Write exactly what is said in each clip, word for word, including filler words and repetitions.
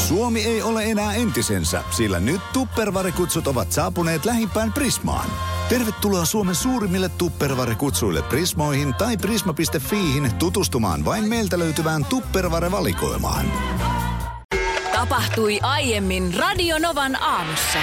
Suomi ei ole enää entisensä, sillä nyt Tupperware-kutsut ovat saapuneet lähimpään Prismaan. Tervetuloa Suomen suurimmille Tupperware-kutsuille Prismoihin tai prisma piste fiihin tutustumaan vain meiltä löytyvään Tupperware-valikoimaan. Tapahtui aiemmin Radio Novan aamussa.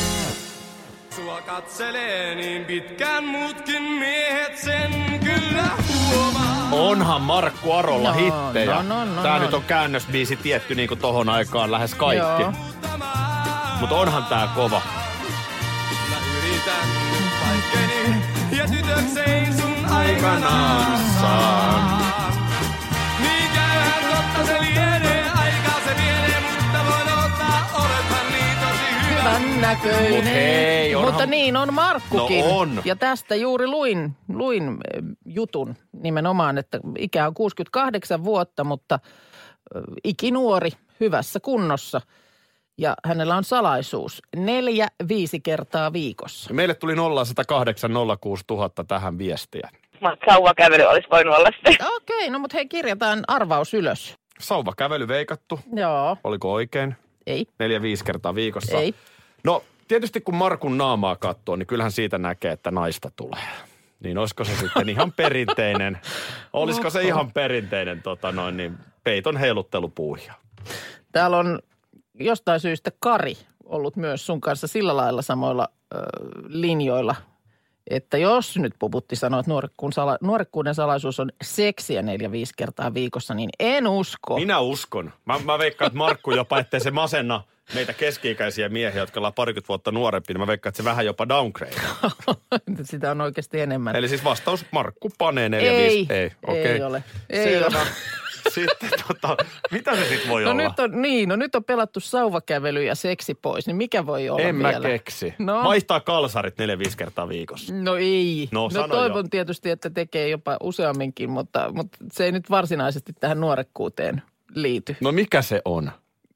Sua katselee niin pitkään muutkin miehet sen kyllä huomaa. Onhan Markku Arolla no, hittejä. No, no, no, tää no. nyt on käännösbiisi tietty niinku tohon aikaan lähes kaikki. Joo. Mut onhan tää kova. Mä yritän kaikkeni ja tytöksein sun aikanaan saan. Niin käyhän totta se lienee, aikaa se vienee, mutta voin ottaa, olethan niin tosi hyvä. Hyvän näköinen. Mut hei, onhan... Mutta niin on Markkukin. No on. Ja tästä juuri luin, luin äh, jutun nimenomaan, että ikä on kuusikymmentäkahdeksan vuotta, mutta äh, ikinuori, hyvässä kunnossa. Ja hänellä on salaisuus neljä, viisi kertaa viikossa. Meille tuli nolla yksi nolla kahdeksan nolla kuusi tuhatta tähän viestiä. Sauvakävely olisi voinut olla se. Okei, no mutta hei, kirjataan arvaus ylös. Sauvakävely veikattu. Joo. Oliko oikein? Ei. Neljä, viisi kertaa viikossa. Ei. No tietysti kun Markun naamaa katsoo, niin kyllähän siitä näkee, että naista tulee. Niin olisiko se sitten ihan perinteinen, olisiko se ihan perinteinen tota noin, niin peiton heiluttelupuuhia? Täällä on jostain syystä Kari ollut myös sun kanssa sillä lailla samoilla ö, linjoilla, että jos nyt Puputti sanoo, että nuorekkuuden, sala, nuorekkuuden salaisuus on seksiä neljä, viisi kertaa viikossa, niin en usko. Minä uskon. Mä, mä veikkaan, että Markku jopa, ettei se masenna meitä keski-ikäisiä miehiä, jotka ollaan parikymmentä vuotta nuorempia, niin mä veikkaan, että se vähän jopa downgrade. Sitä on oikeasti enemmän. Eli siis vastaus Markku panee neljä, Ei, viisi. Ei, okei. ei ole. Ei Selvä. ole. Sitten tota, mitä se sitten voi no olla? nyt on, niin, no nyt on pelattu sauvakävely ja seksi pois, niin mikä voi olla en vielä? mä keksi. No. Vaihtaa kalsarit neljä, viisi kertaa viikossa. No ei. No, no sano toivon jo. tietysti, että tekee jopa useamminkin, mutta, mutta se ei nyt varsinaisesti tähän nuorekkuuteen liity. No mikä se on?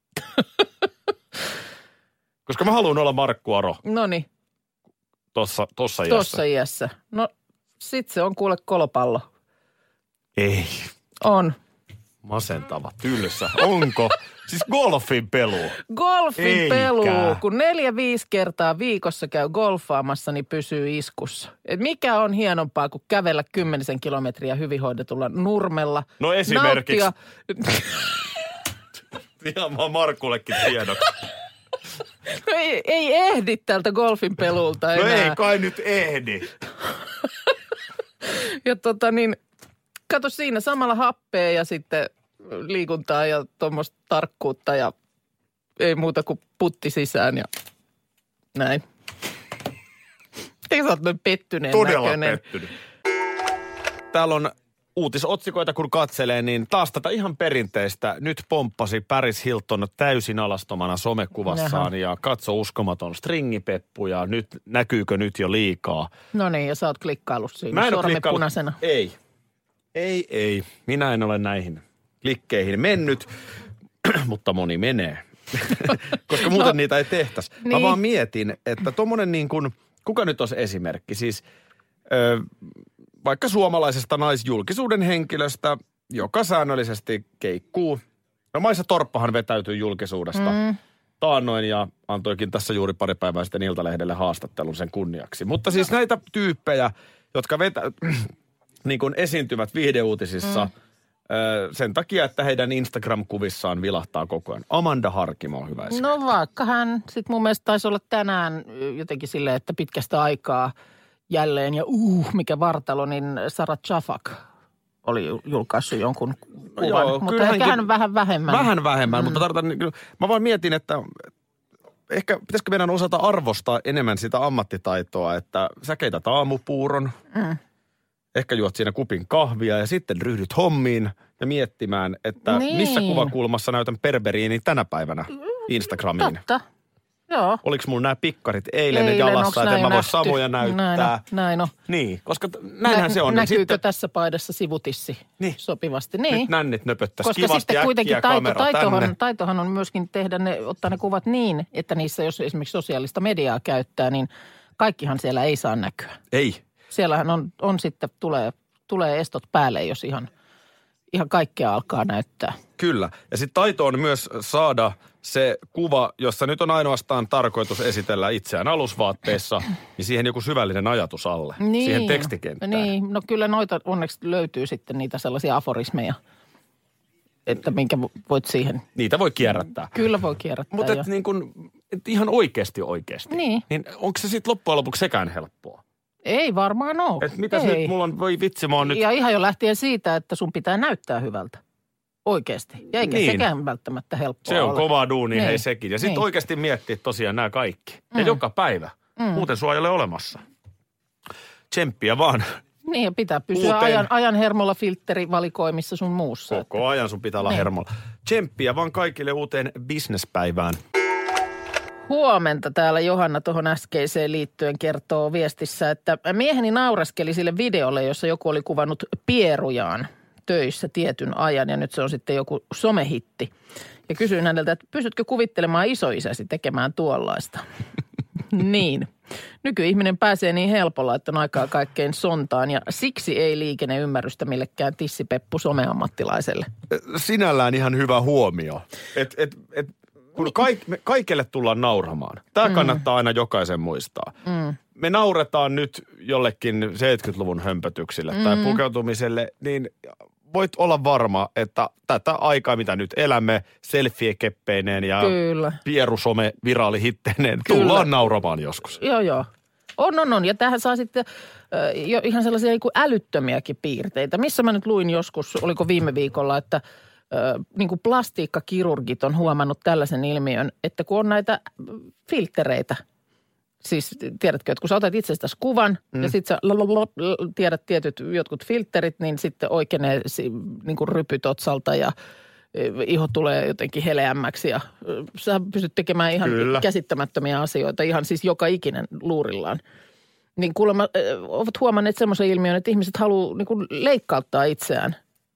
Koska mä haluan olla Markku Aro Noniin, tossa, tossa iässä. tossa iässä. No sit se on kuule kolopallo. Ei. On. Masentava, tylsä. Onko? Siis golfin peluu. Golfin Eikä. peluu. Kun neljä, viisi kertaa viikossa käy golfaamassa, niin pysyy iskussa. Et mikä on hienompaa kuin kävellä kymmenisen kilometriä hyvin hoidetulla nurmella? No esimerkiksi. Nauttia. Ihan vaan Markullekin tiedoksi. No ei, ei ehdi tältä golfin pelulta No enää. ei kai nyt ehdi. Ja tota niin, kato siinä samalla happea ja sitten liikuntaa ja tuommoista tarkkuutta ja ei muuta kuin putti sisään ja näin. Eikö sä oot noin pettyneen Todella näköinen? pettynyt. Täällä on uutisotsikoita, kun katselee, niin taas tätä ihan perinteistä. Nyt pomppasi Paris Hilton täysin alastomana somekuvassaan ja katso uskomaton stringipeppu ja nyt näkyykö nyt jo liikaa. No niin, ja sä oot klikkaillut siinä Mä en ole sormen klikkaillut. punaisena. Ei. Ei, ei. Minä en ole näihin klikkeihin mennyt, mutta moni menee. Koska muuten no, niitä ei tehtäisi. Niin. Mä vaan mietin, että tommonen niin kuin, kuka nyt olisi esimerkki? Siis ö, vaikka suomalaisesta naisjulkisuuden henkilöstä, joka säännöllisesti keikkuu. No Maisa Torppahan vetäytyy julkisuudesta mm. taannoin ja antoikin tässä juuri pari päivää sitten Iltalehdelle haastattelun sen kunniaksi. Mutta siis näitä tyyppejä, jotka vetä, niin kuin esiintyvät viihdeuutisissa mm. sen takia, että heidän Instagram-kuvissaan vilahtaa koko ajan. Amanda Harkimo on hyvä esimerkki. No vaikka hän sitten mun mielestä taisi olla tänään jotenkin silleen, että pitkästä aikaa jälleen ja uh, mikä vartalo, niin Sarah Chafak oli julkaissut jonkun kuvan. No joo, mutta ehkä hän vähän vähemmän. Vähän vähemmän, mm. mutta tarkoitan, mä vaan mietin, että ehkä pitäisikö meidän osata arvostaa enemmän sitä ammattitaitoa, että sä keität aamupuuron, mm. ehkä juot siinä kupin kahvia ja sitten ryhdyt hommiin ja miettimään, että niin. missä kuvakulmassa näytän berberiini tänä päivänä Instagramiin. Totta. Joo. Oliko mulla nämä pikkarit eilen, eilen jalassa, että mä voi samoja näyttää. Näin on, näin on. Niin, koska näinhän Nä, se on. Näkyykö sitten tässä paidassa sivutissi niin. sopivasti? Niin. Nyt nännit nöpöttäisi koska kivasti sitten äkkiä kuitenkin taito, taitohan, tänne. taitohan on myöskin tehdä ne, ottaa ne kuvat niin, että niissä, jos esimerkiksi sosiaalista mediaa käyttää, niin kaikkihan siellä ei saa näkyä. Ei. Siellähän on, on sitten, tulee, tulee estot päälle, jos ihan, ihan kaikkea alkaa näyttää. Kyllä. Ja sitten taito on myös saada se kuva, jossa nyt on ainoastaan tarkoitus esitellä itseään alusvaatteessa, niin siihen joku syvällinen ajatus alle, niin, siihen tekstikenttään. Niin, no kyllä noita onneksi löytyy sitten niitä sellaisia aforismeja, että minkä voit siihen. Niitä voi kierrättää. Kyllä voi kierrättää. Mutta et niin kun, et ihan oikeasti oikeasti. Niin. Niin onko se sitten loppujen lopuksi sekään helppoa? Ei varmaan ole. Että mitäs Ei. nyt, mulla on, voi vitsi, mä oon nyt. Ja ihan jo lähtien siitä, että sun pitää näyttää hyvältä. Oikeasti. Ja eikä niin. sekään välttämättä helppoa Se on ole. kovaa duunia, niin. hei sekin. Ja sitten niin. oikeasti miettiä tosiaan nämä kaikki. Ja Mm. joka päivä. Mm. Muuten sua ei ole olemassa. Tsemppiä vaan. Niin, ja pitää pysyä Uuteen. ajan, ajan hermolla filtterivalikoimissa sun muussa. Koko ajan sun pitää olla Niin. hermolla. Tsemppiä vaan kaikille uuteen bisnespäivään. Huomenta täällä Johanna tuohon äskeiseen liittyen kertoo viestissä, että mieheni naureskeli sille videolle, jossa joku oli kuvannut pierujaan töissä tietyn ajan ja nyt se on sitten joku somehitti. Ja kysyin häneltä, että pystytkö kuvittelemaan isoisäsi tekemään tuollaista? Niin. Nykyihminen pääsee niin helpolla, että on aikaa kaikkein sontaan ja siksi ei liikene ymmärrystä millekään tissipeppu someammattilaiselle. Sinällään ihan hyvä huomio. Et, et, et, kun kaik, me, kaikille tullaan nauramaan. Tämä mm. kannattaa aina jokaisen muistaa. Mm. Me nauretaan nyt jollekin seitsemänkymmentäluvun hömpötyksille mm. tai pukeutumiselle, niin voit olla varma, että tätä aikaa, mitä nyt elämme, selfie-keppeineen ja Kyllä. pierusome viraalihitteineen, Kyllä. tullaan nauramaan joskus. Joo, joo. On, on, on. Ja tähän saa sitten äh, jo ihan sellaisia niin kuin älyttömiäkin piirteitä. Missä mä nyt luin joskus, oliko viime viikolla, että äh, niin kuin plastiikkakirurgit on huomannut tällaisen ilmiön, että kun on näitä filttereitä, siis tiedätkö, että kun sä otat itsestäsi kuvan mm. ja sit sä tiedät tietyt jotkut filterit, niin sitten oikeenee niin kuin rypyt otsalta ja iho tulee jotenkin heleämmäksi ja sä pystyt tekemään ihan Kyllä. käsittämättömiä asioita, ihan siis joka ikinen luurillaan. Niin kuulemma ovat huomanneet semmoisen ilmiön, että ihmiset haluaa niin kuin leikkauttaa itseään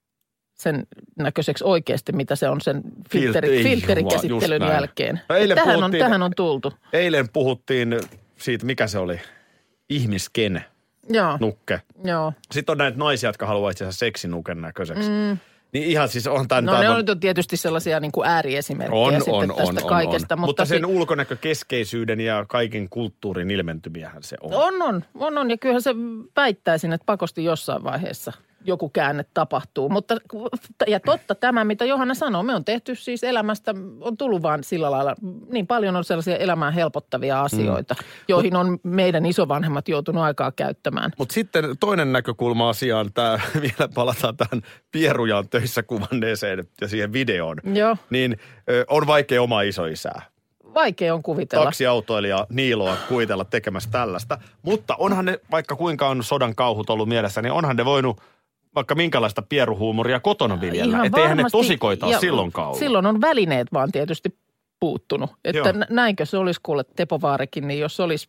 sen näköiseksi oikeasti, mitä se on sen filteri, Filteri, filterikäsittelyn just näin. jälkeen. No eilen tähän, on, puhuttiin- tähän on tultu. Eilen puhuttiin siitä, mikä se oli, ihmisken Joo, nukke. joo. Sitten on näitä naisia, jotka haluaa itse asiassa seksinuken näköiseksi. Mm. Niin ihan siis on tämän No ne aivan- on tietysti sellaisia niin kuin ääriesimerkkejä on, sitten on, tästä on, kaikesta. on. Mutta sen si- ulkonäkökeskeisyyden ja kaiken kulttuurin ilmentymiähän se on. on, on, on, on. Ja kyllähän se väittäisin, että pakosti jossain vaiheessa joku käänne tapahtuu. Mutta ja totta tämä, mitä Johanna sanoo, me on tehty siis elämästä, on tullut vaan sillä lailla, niin paljon on sellaisia elämään helpottavia asioita, mm. joihin on meidän isovanhemmat joutunut aikaa käyttämään. Mutta sitten toinen näkökulma asiaan, tämä vielä palataan tähän pierujaan töissä kuvanneeseen ja siihen videoon. Joo. Niin ö, on vaikea oma isoisää. Vaikea on kuvitella. Taksiautoilija Niiloa kuvitella tekemässä tällaista. Mutta onhan ne, vaikka kuinka on sodan kauhut ollut mielessä, niin onhan ne voinut vaikka minkälaista pieruhuumoria kotona viljellä. Että eihän ne tosikoita ole silloinkaan ollut. Silloin on välineet vaan tietysti puuttunut. Että Joo. nä- näinkö se olisi kuule Teppo Vaarikin, niin jos olisi,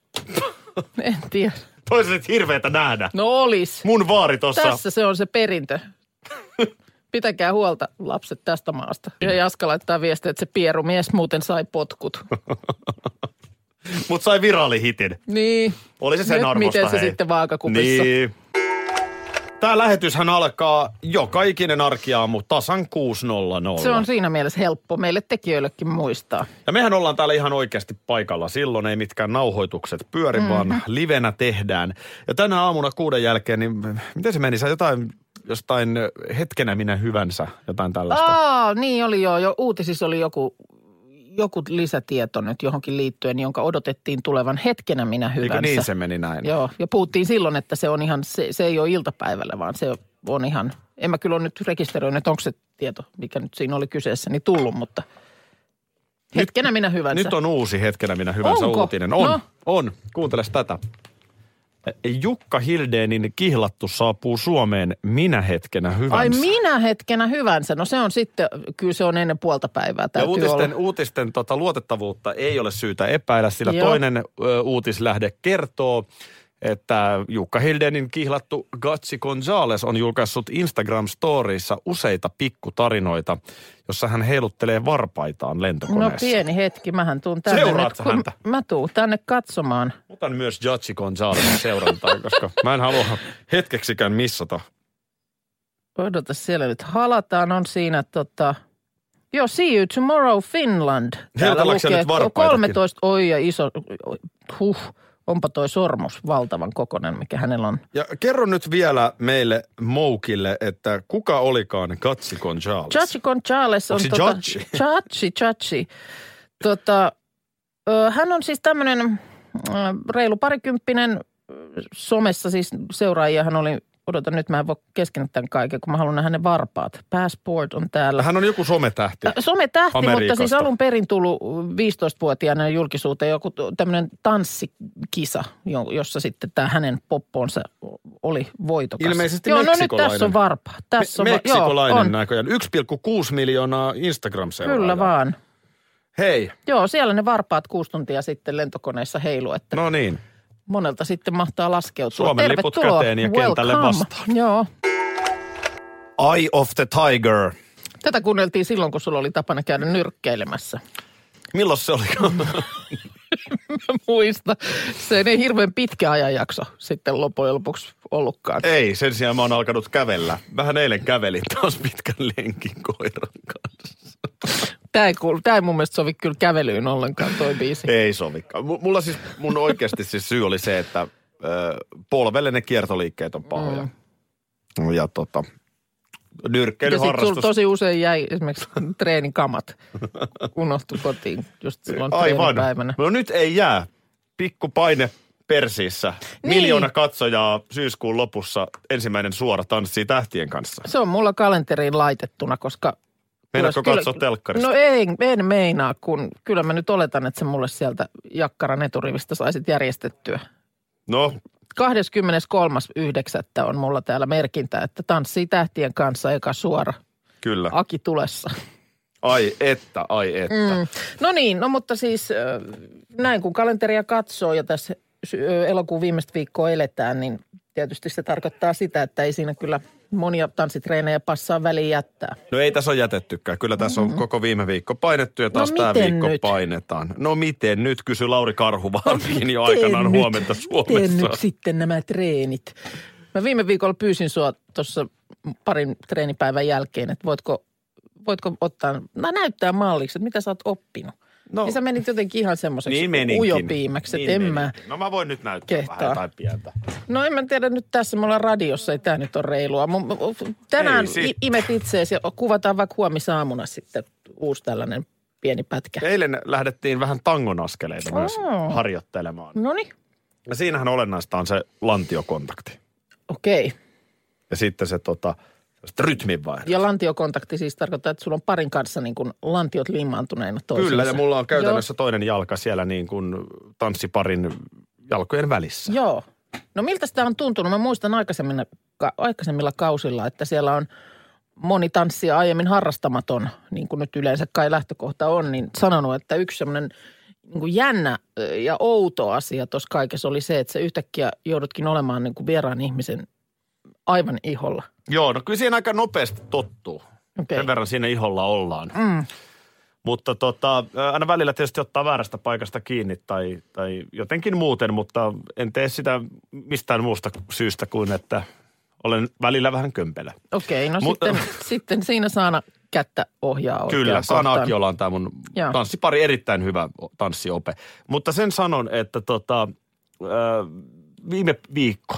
en tiedä. Toiset hirveätä nähdä. No olisi. Mun vaari tossa. Tässä se on se perintö. Pitäkää huolta lapset tästä maasta. Ja Jaska laittaa viestiä, että se pierumies muuten sai potkut. Mut sai viraalihitin. Niin. Oli se sen Nyt arvosta, miten se hei. sitten vaakakupissa. Niin. Tämä lähetyshän alkaa joka ikinen arkiaamu tasan kuusi nolla nolla. Se on siinä mielessä helppo meille tekijöillekin muistaa. Ja mehän ollaan täällä ihan oikeasti paikalla. Silloin ei mitkään nauhoitukset pyöri, mm-hmm. vaan livenä tehdään. Ja tänä aamuna kuuden jälkeen, niin miten se meni? Sä jotain, jostain hetkenä minä hyvänsä, jotain tällaista. Aa, niin oli jo. jo uutisissa oli joku, joku lisätieto nyt johonkin liittyen, jonka odotettiin tulevan hetkenä minä hyvänsä. Eikö niin se meni näin? Joo, ja puhuttiin silloin, että se on ihan, se, se ei ole iltapäivällä, vaan se on ihan, en mä kyllä ole nyt rekisteröinyt, että onko se tieto, mikä nyt siinä oli kyseessä, niin tullut, mutta hetkenä minä hyvänsä. Nyt on uusi hetkenä minä hyvänsä Onko? uutinen. On, No. on. Kuunteles tätä. Jukka Hildénin Kihlattu saapuu Suomeen minä hetkenä hyvänsä. Ai minä hetkenä hyvänsä, no se on sitten, kyllä se on ennen puolta päivää Ja täytyy uutisten, olla. uutisten tota, luotettavuutta ei ole syytä epäillä, sillä Joo. toinen ö, uutislähde kertoo, että Jukka Hildénin kihlattu Gatsi Gonzales on julkaissut Instagram-storissa useita pikkutarinoita, jossa hän heiluttelee varpaitaan No lentokoneessa. pieni hetki, mähän tuun tänne Seuraat nyt, sä kun häntä? mä tuun tänne katsomaan. Otan myös Gatsi Gonzalesin seurantaan, koska mä en halua hetkeksikään missata Odota, siellä nyt halataan. On siinä tota... Joo, see you tomorrow Finland. Heltallaanko nyt varpaitakin? kolmetoista, oi ja iso, huh, onpa toi sormus valtavan kokoinen, mikä hänellä on. Ja kerro nyt vielä meille Moukille, että kuka olikaan Chachi Gonzales? Chachi Gonzales on... Onko se tota, Chachi? Chachi, Chachi. Tota, ö, hän on siis tämmöinen reilu parikymppinen somessa, siis seuraajia hän oli... Odota, nyt mä en voi kesken tämän kaiken, kun mä haluan nähdä ne varpaat. Passport on täällä. Hän on joku sometähti. Äh, sometähti, Amerikasta. mutta siis alun perin tullut viisitoistavuotiaana julkisuuteen joku tämmöinen tanssikisa, jossa sitten tämä hänen popponsa oli voitokas. Ilmeisesti joo, meksikolainen. No nyt tässä on varpaat. Tässä Me- on, meksikolainen joo, on. näköjään. yksi pilkku kuusi miljoonaa Instagram-seuraajaa. Kyllä vaan. Hei. Joo, siellä ne varpaat kuusi tuntia sitten lentokoneessa heilu, että No niin. monelta sitten mahtaa laskeutua. Suomen liput Tervetuloa. käteen ja kentälle Welcome. vastaan. Joo. Eye of the Tiger. Tätä kuunneltiin silloin, kun sulla oli tapana käydä nyrkkeilemässä. Milloin se oli? Mä muista. Se ei hirveän pitkä ajanjakso sitten loppujen lopuksi ollutkaan. Ei, sen sijaan mä oon alkanut kävellä. Vähän eilen kävelin taas pitkän lenkin koiran kanssa. Tämä ei, kuulu, tämä ei mun mielestä sovi kyllä kävelyyn ollenkaan toi biisi. Ei sovikaan. M- mulla siis, mun oikeasti siis syy oli se, että ö, polvelle ne kiertoliikkeet on pahoja. Mm. Ja tota, Ja sitten nyrkkeilyharrastus. sulla tosi usein jäi esimerkiksi treenikamat, unohtui kotiin just silloin Aivan. treenipäivänä. No nyt ei jää. Pikku paine persiissä. Niin. Miljoona katsojaa syyskuun lopussa. Ensimmäinen suora tanssii tähtien kanssa. Se on mulla kalenteriin laitettuna, koska... Meinaatko Kyllä- katsoa telkkarista? No ei, en meinaa, kun kyllä mä nyt oletan, että sä mulle sieltä jakkaran eturivistä saisit järjestettyä. No, kahdeskymmeneskolmas yhdeksättä on mulla täällä merkintä, että tanssii tähtien kanssa eka suora. kyllä. Aki tulessa. Ai että, ai että. Mm. No niin, no mutta siis äh, näin kun kalenteria katsoo ja tässä äh, elokuun viimeistä viikkoa eletään, niin tietysti se tarkoittaa sitä, että ei siinä kyllä monia tanssitreenejä passaa väliin jättää. No ei tässä ole jätettykään. Kyllä tässä on koko viime viikko painettu ja taas No tämä miten viikko nyt? painetaan. No miten nyt, kysyi Lauri Karhuvaarakin jo aikanaan nyt? huomenta Suomessa. Miten nyt sitten nämä treenit? Mä viime viikolla pyysin sua tuossa parin treenipäivän jälkeen, että voitko, voitko ottaa, no näyttää malliksi, että mitä sä oot oppinut. No. Niin sä menit jotenkin ihan semmoiseksi Niin meninkin. ujopiimäksi, että Niin en mä. meninkin. No mä voin nyt näyttää kehtaa. vähän jotain pientä. No en mä tiedä nyt tässä, me ollaan radiossa, ei tää nyt ole reilua. Mun- Tänään Ei sit. i- imet itseesi ja kuvataan vaikka huomisaamuna sitten uusi tällainen pieni pätkä. Eilen lähdettiin vähän tangon askeleita myös Oh. harjoittelemaan. Noniin, Ja siinähän olennaista on se lantiokontakti. okei. Ja sitten se tota, rytminvaihdot. Ja lantiokontakti siis tarkoittaa, että sulla on parin kanssa niin kuin lantiot liimaantuneina toisiinsa. Kyllä, ja mulla on käytännössä toinen jalka siellä niin kuin tanssiparin jalkojen välissä. Joo. No miltä sitä on tuntunut? Mä muistan aikaisemmilla, ka, aikaisemmilla kausilla, että siellä on moni tanssija aiemmin harrastamaton, niin kuin nyt yleensä kai lähtökohta on, niin sanonut, että yksi semmoinen niin kuin jännä ö, ja outo asia tuossa kaikessa oli se, että sä yhtäkkiä joudutkin olemaan niin kuin vieraan ihmisen aivan iholla. Joo, no kyllä siihen aika nopeasti tottuu. Okei. Sen verran siinä iholla ollaan. Mm. Mutta tota, aina välillä tietysti ottaa väärästä paikasta kiinni tai, tai jotenkin muuten, mutta en tee sitä mistään muusta syystä kuin, että olen välillä vähän kömpelä. Okei, no Mutta- sitten, sitten siinä Saana kättä ohjaa oikeaan Kyllä, Sana kohtaan. Akiola on tämä mun Joo. tanssipari, erittäin hyvä tanssiope. Mutta sen sanon, että tota, äh, viime viikko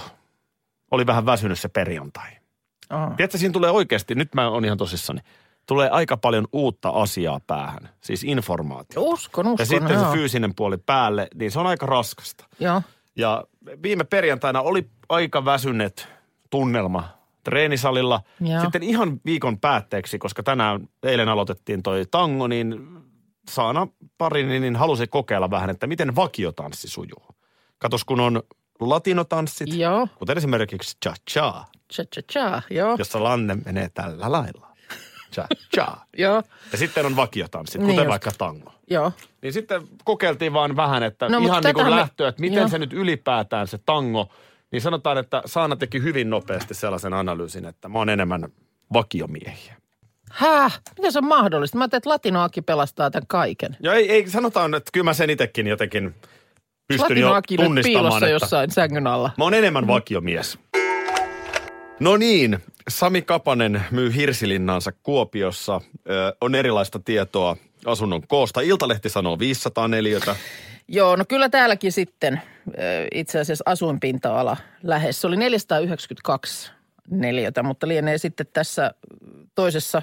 oli vähän väsynyt se perjantai. Aha. Tiedätkö, siinä tulee oikeasti, nyt mä oon ihan tosissani, tulee aika paljon uutta asiaa päähän, siis informaatio. Uskon, uskon. Ja sitten joo. se fyysinen puoli päälle, niin se on aika raskasta. Joo. Ja viime perjantaina oli aika väsynyt tunnelma treenisalilla. Joo. Sitten ihan viikon päätteeksi, koska tänään eilen aloitettiin toi tango, niin Saana parini niin halusi kokeilla vähän, että miten vakiotanssi sujuu. Katos, kun on latinotanssit, Joo. kuten esimerkiksi cha-cha, Cha cha cha, joo. jossa lanne menee tällä lailla. Cha-cha. Joo. Ja sitten on vakiotanssit, Niin kuten just. vaikka tango. Joo. Niin sitten kokeiltiin vaan vähän, että No, mutta ihan niin kuin tätähän me- lähtöä, että miten Joo. se nyt ylipäätään se tango, niin sanotaan, että Saana teki hyvin nopeasti sellaisen analyysin, että mä oon enemmän vakiomiehiä. Häh? Miten se on mahdollista? Mä ajattelin, että Latinoaki pelastaa tämän kaiken. Ja ei, ei sanotaan, että kyllä mä sen itsekin jotenkin pystyn jo Latinoaki nyt tunnistamaan, piilossa että jossain sängyn alla. mä oon enemmän vakiomies. No niin, Sami Kapanen myy hirsilinnaansa Kuopiossa. Ö, on erilaista tietoa asunnon koosta. Iltalehti sanoo viisisataa neliötä. Joo, no kyllä täälläkin sitten itse asiassa asuinpinta-ala lähes. Se oli neljäsataayhdeksänkymmentäkaksi neliötä, mutta lienee sitten tässä toisessa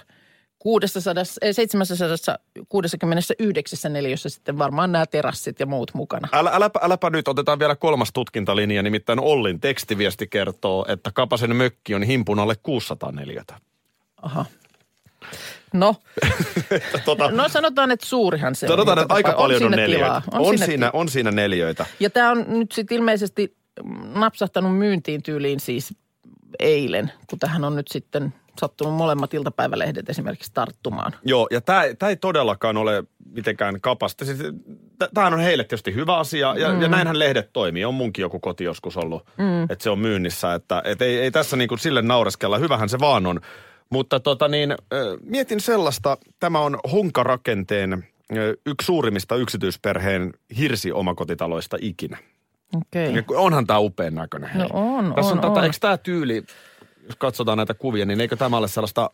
seitsemänsataakuusikymmentäyhdeksän neliössä sitten varmaan nämä terassit ja muut mukana. Älä, äläpä, äläpä nyt, otetaan vielä kolmas tutkintalinja, nimittäin Ollin tekstiviesti kertoo, että Kapasen mökki on himpun alle kuusisataa neliötä. Aha. No, tota, no sanotaan, että suurihan se sanotaan, on. Että aika paljon on, on neliöitä. On, on, siinä, siinä, on siinä neliöitä. Ja tämä on nyt sitten ilmeisesti napsahtanut myyntiin tyyliin siis eilen, kun tähän on nyt sitten sattunut molemmat iltapäivälehdet esimerkiksi tarttumaan. Joo, ja tämä ei todellakaan ole mitenkään Kapasta. Siis, tämähän on heille tietysti hyvä asia, ja, mm. ja näinhän lehdet toimii. On munkin joku koti joskus ollut, mm. että se on myynnissä. Että et ei, ei tässä niin kuin sille naureskella, hyvähän se vaan on. Mutta tota niin, mietin sellaista, tämä on Honkarakenteen yksi suurimmista yksityisperheen hirsiomakotitaloista ikinä. Okei. Okay. Onhan tämä upean näköinen. No on, Tässä on, on, tota, on. Eikö tämä tyyli, jos katsotaan näitä kuvia, niin eikö tämä ole sellaista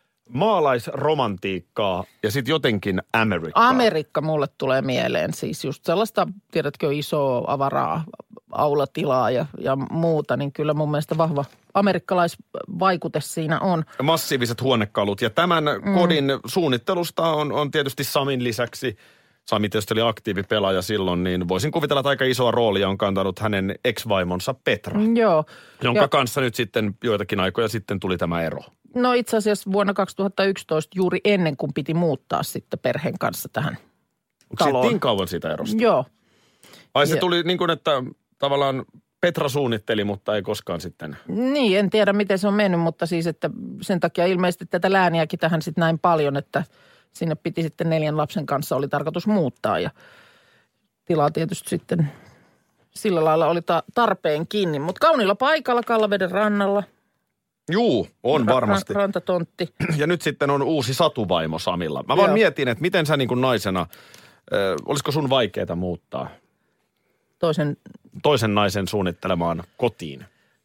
maalaisromantiikkaa ja sitten jotenkin Amerikkaa? Amerikka mulle tulee mieleen. Siis just sellaista, tiedätkö, isoa avaraa aulatilaa ja, ja muuta, niin kyllä mun mielestä vahva amerikkalaisvaikute siinä on. Massiiviset huonekalut. Ja tämän mm. kodin suunnittelusta on, on tietysti Samin lisäksi, Sami tietysti oli aktiivipelaaja silloin, niin voisin kuvitella, että aika isoa roolia on kantanut hänen ex-vaimonsa Petra. Joo. Jonka ja kanssa nyt sitten joitakin aikoja sitten tuli tämä ero. No itse asiassa vuonna kaksituhattayksitoista juuri ennen kuin piti muuttaa sitten perheen kanssa tähän Onko taloon. se niin kauan siitä erosta? Joo. Ai se ja tuli niin kuin, että tavallaan Petra suunnitteli, mutta ei koskaan sitten. Niin, en tiedä miten se on mennyt, mutta siis, että sen takia ilmeisesti tätä lääniäkin tähän sitten näin paljon, että sinne piti sitten neljän lapsen kanssa oli tarkoitus muuttaa ja tilaa tietysti sitten sillä lailla oli ta- tarpeen kiinni. Mutta kauniilla paikalla Kallaveden rannalla. Juu, on Ra- varmasti. Ra- rantatontti. Ja nyt sitten on uusi satuvaimo Samilla. Mä vaan Joo. mietin, että miten sä niin kuin naisena, äh, olisiko sun vaikeaa muuttaa Toisen, toisen naisen suunnittelemaan kotiin?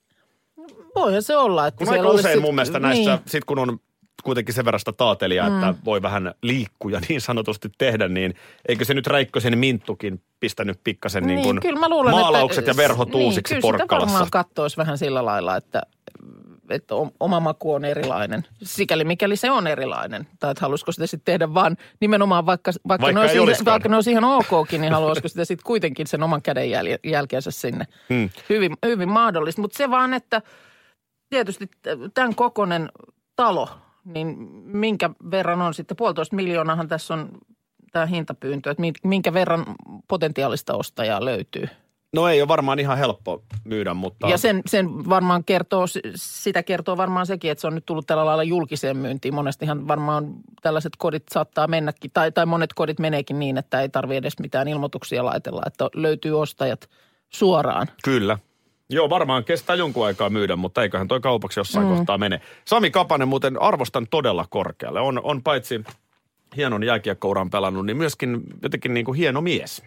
voihan se olla. Että Kun aika olisi usein sit, mun mielestä näissä, niin. sit kun on kuitenkin sen verran sitä taatelia, mm. että voi vähän liikkuja niin sanotusti tehdä, niin eikö se nyt Räikkösen Minttukin pistänyt pikkasen niin, niin kuin luulen, maalaukset että, ja verhot niin, uusiksi kyllä Porkkalassa? Kyllä sitä varmaan kattoisi vähän sillä lailla, että, että oma maku on erilainen. Sikäli mikäli se on erilainen. Tai että haluaisiko sitä sitten tehdä vaan nimenomaan vaikka, vaikka, Vaikka ne, ei olisi, vaikka ne olisi ihan okkin, niin haluaisiko sitä sitten kuitenkin sen oman käden jäl, jälkeensä sinne. Hmm. Hyvin, hyvin mahdollista. Mutta se vaan, että tietysti tämän kokoinen talo, niin minkä verran on sitten, puolitoista miljoonahan tässä on tämä hintapyyntö, että minkä verran potentiaalista ostajaa löytyy. No ei ole varmaan ihan helppo myydä, mutta... Ja sen, sen varmaan kertoo, sitä kertoo varmaan sekin, että se on nyt tullut tällä lailla julkiseen myyntiin. Monestihan varmaan tällaiset kodit saattaa mennäkin, tai, tai monet kodit meneekin niin, että ei tarvitse edes mitään ilmoituksia laitella, että löytyy ostajat suoraan. Kyllä. Joo, varmaan kestää jonkun aikaa myydä, mutta eiköhän toi kaupaksi jossain mm. kohtaa mene. Sami Kapanen muuten arvostan todella korkealle. On, on paitsi hienon jääkiekkouran pelannut, niin myöskin jotenkin niin kuin hieno mies.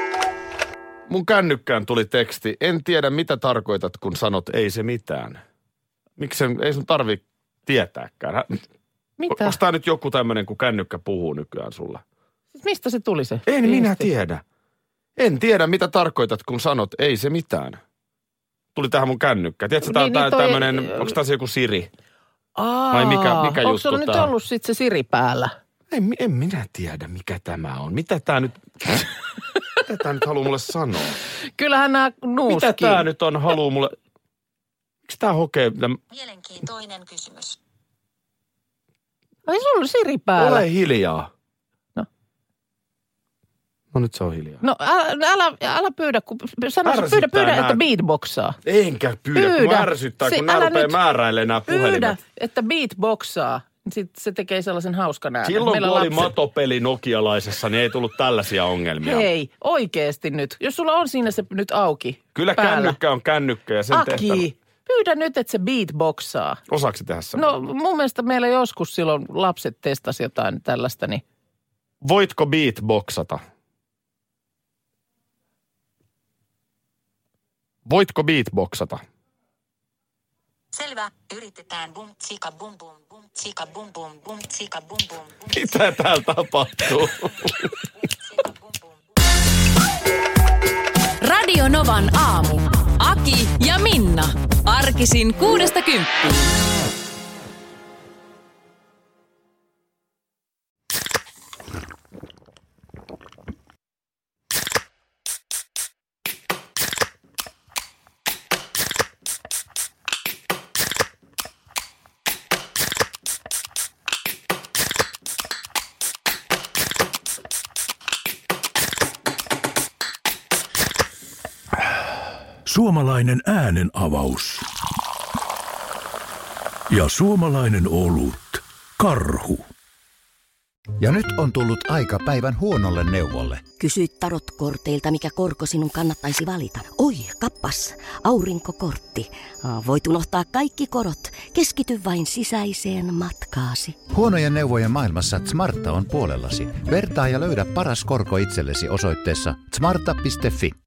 Mun kännykkään tuli teksti. En tiedä, mitä tarkoitat, kun sanot ei se mitään. Miksi ei sun tarvi tietääkään? Mitä? Onko tää nyt joku tämmöinen, kun kännykkä puhuu nykyään sulla? Siis mistä se tuli se? En viesti? minä tiedä. En tiedä, mitä tarkoitat, kun sanot ei se mitään. Tuli tähän mun kännykkä. Tiedätkö, tää on niin, niin, toi... tämmöinen, onko tää se joku Siri? Aa, vai mikä, mikä onko juttu sulla nyt tää? ollut sitten se Siri päällä? En, en minä tiedä, mikä tämä on. Mitä tää nyt, mitä tää nyt haluaa mulle sanoa? Kyllähän nämä nuuski. Mitä tää nyt on, haluaa mulle, miksi tää hokee? Mielenkiintoinen kysymys. Ai sulla on Siri päällä. Ole hiljaa. No. No nyt se on hiljaa. No älä, älä, älä pyydä, kun sano, pyydä, pyydä, että beatboxaa. Enkä pyydä, pyydä. kun ärsyttää, se, kun nää rupeaa määräilemään nämä puhelimet. Pyydä, että beatboxaa. Sitten se tekee sellaisen hauskan äänen. Silloin Meillä kun oli lapset... matopeli nokialaisessa, niin ei tullut tällaisia ongelmia. Hei, oikeesti nyt. Jos sulla on siinä se nyt auki Kyllä päällä. Kännykkä on kännykkä ja sen Aki, tehtävä. pyydä nyt, että se beatboxaa. Osaako tehdä sen? No mun mielestä meillä joskus silloin lapset testasi jotain tällaista, niin... Voitko beatboxata? Voitko beatboxata? Selvä, yritetään bum tsika bum bum bum tsika bum bum bum tsika bum bum bum. Mitä täällä tapahtuu? Radio Novan aamu. Aki ja Minna. Arkisin kuudesta kymppiin. Suomalainen äänen avaus. Ja suomalainen olut. Karhu. Ja nyt on tullut aika päivän huonolle neuvolle. Kysy tarotkorteilta, mikä korko sinun kannattaisi valita. Oi, kappas, aurinkokortti. Voit unohtaa kaikki korot. Keskity vain sisäiseen matkaasi. Huonojen neuvojen maailmassa Smarta on puolellasi. Vertaa ja löydä paras korko itsellesi osoitteessa smarta piste fi.